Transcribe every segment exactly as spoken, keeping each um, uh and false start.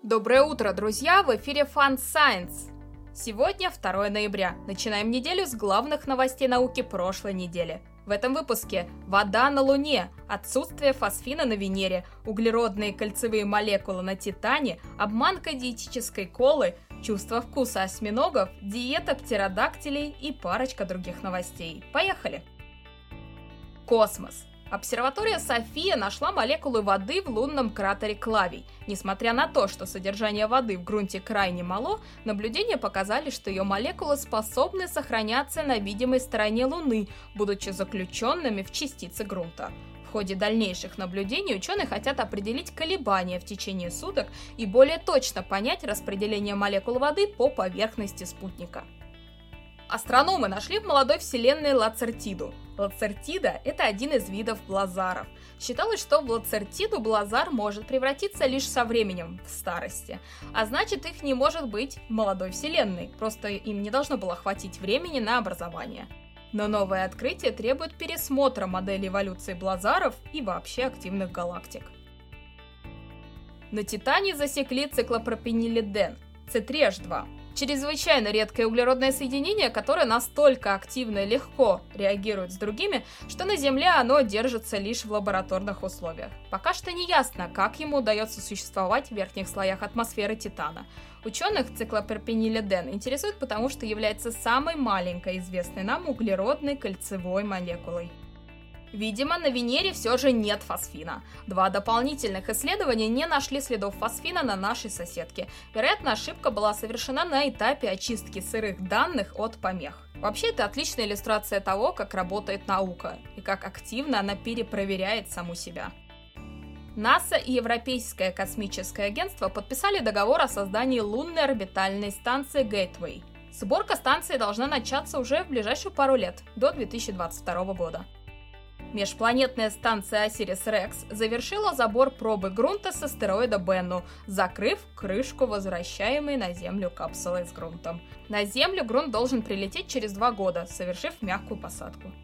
Доброе утро, друзья! В эфире Fun Science. Сегодня второе ноября. Начинаем неделю с главных новостей науки прошлой недели. В этом выпуске вода на Луне, отсутствие фосфина на Венере, углеродные кольцевые молекулы на Титане, обманка диетической колы, чувство вкуса осьминогов, диета птеродактилей и парочка других новостей. Поехали! Космос. Обсерватория София нашла молекулы воды в лунном кратере Клавий. Несмотря на то, что содержание воды в грунте крайне мало, наблюдения показали, что ее молекулы способны сохраняться на видимой стороне Луны, будучи заключенными в частицы грунта. В ходе дальнейших наблюдений ученые хотят определить колебания в течение суток и более точно понять распределение молекул воды по поверхности спутника. Астрономы нашли в молодой вселенной лацертиду. Лацертида – это один из видов блазаров. Считалось, что в лацертиду блазар может превратиться лишь со временем, в старости. А значит, их не может быть в молодой вселенной, просто им не должно было хватить времени на образование. Но новое открытие требует пересмотра модели эволюции блазаров и вообще активных галактик. На Титане засекли циклопропенилиден – си три эйч два. Чрезвычайно редкое углеродное соединение, которое настолько активно и легко реагирует с другими, что на Земле оно держится лишь в лабораторных условиях. Пока что не ясно, как ему удается существовать в верхних слоях атмосферы Титана. Ученых циклопропенилиден интересует, потому что является самой маленькой известной нам углеродной кольцевой молекулой. Видимо, на Венере все же нет фосфина. Два дополнительных исследования не нашли следов фосфина на нашей соседке. Вероятно, ошибка была совершена на этапе очистки сырых данных от помех. Вообще, это отличная иллюстрация того, как работает наука и как активно она перепроверяет саму себя. НАСА и Европейское космическое агентство подписали договор о создании лунной орбитальной станции Gateway. Сборка станции должна начаться уже в ближайшую пару лет, до две тысячи двадцать второго года. Межпланетная станция Осирис-Рекс завершила забор пробы грунта с астероида Бенну, закрыв крышку возвращаемой на Землю капсулой с грунтом. На Землю грунт должен прилететь через два года, совершив мягкую посадку.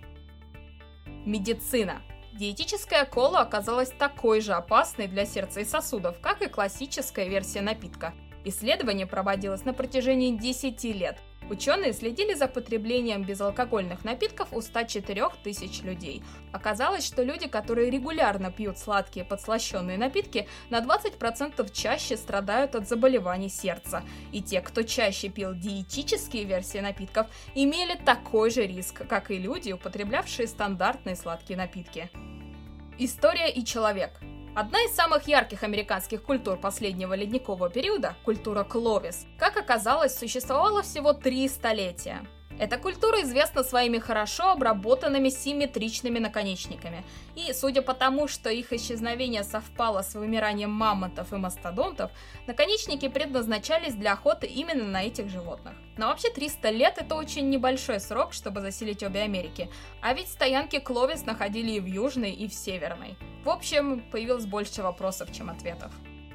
Медицина. Диетическая кола оказалась такой же опасной для сердца и сосудов, как и классическая версия напитка. Исследование проводилось на протяжении десяти лет. Ученые следили за потреблением безалкогольных напитков у ста четырёх тысяч людей. Оказалось, что люди, которые регулярно пьют сладкие подслащенные напитки, на двадцать процентов чаще страдают от заболеваний сердца. И те, кто чаще пил диетические версии напитков, имели такой же риск, как и люди, употреблявшие стандартные сладкие напитки. История и человек. Одна из самых ярких американских культур последнего ледникового периода, культура Кловис, как оказалось, существовала всего три столетия. Эта культура известна своими хорошо обработанными симметричными наконечниками, и, судя по тому, что их исчезновение совпало с вымиранием мамонтов и мастодонтов, наконечники предназначались для охоты именно на этих животных. Но вообще триста лет – это очень небольшой срок, чтобы заселить обе Америки, а ведь стоянки Кловис находили и в Южной, и в Северной. В общем, появилось больше вопросов, чем ответов.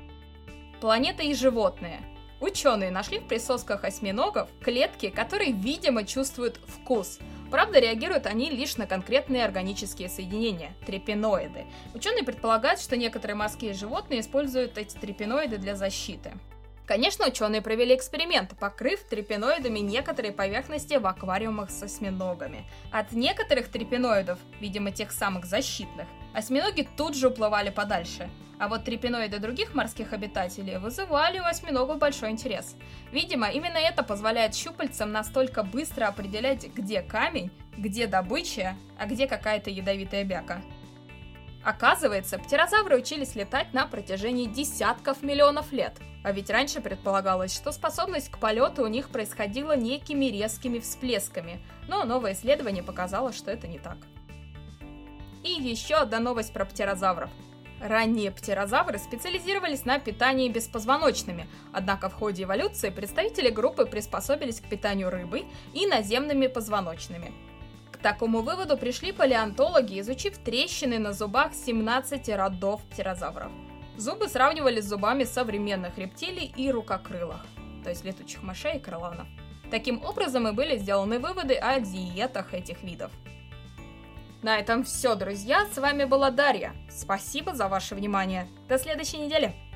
Планеты и животные. Ученые нашли в присосках осьминогов клетки, которые, видимо, чувствуют вкус. Правда, реагируют они лишь на конкретные органические соединения – трипиноиды. Ученые предполагают, что некоторые морские животные используют эти трипиноиды для защиты. Конечно, ученые провели эксперимент, покрыв трипиноидами некоторые поверхности в аквариумах с осьминогами. От некоторых трипиноидов, видимо тех самых защитных, осьминоги тут же уплывали подальше. А вот трипиноиды других морских обитателей вызывали у осьминогов большой интерес. Видимо, именно это позволяет щупальцам настолько быстро определять, где камень, где добыча, а где какая-то ядовитая бяка. Оказывается, птерозавры учились летать на протяжении десятков миллионов лет. А ведь раньше предполагалось, что способность к полету у них происходила некими резкими всплесками, но новое исследование показало, что это не так. И еще одна новость про птерозавров. Ранние птерозавры специализировались на питании беспозвоночными, однако в ходе эволюции представители группы приспособились к питанию рыбой и наземными позвоночными. К такому выводу пришли палеонтологи, изучив трещины на зубах семнадцати родов птерозавров. Зубы сравнивали с зубами современных рептилий и рукокрылых, то есть летучих мышей и крыланов. Таким образом и были сделаны выводы о диетах этих видов. На этом все, друзья. С вами была Дарья. Спасибо за ваше внимание. До следующей недели.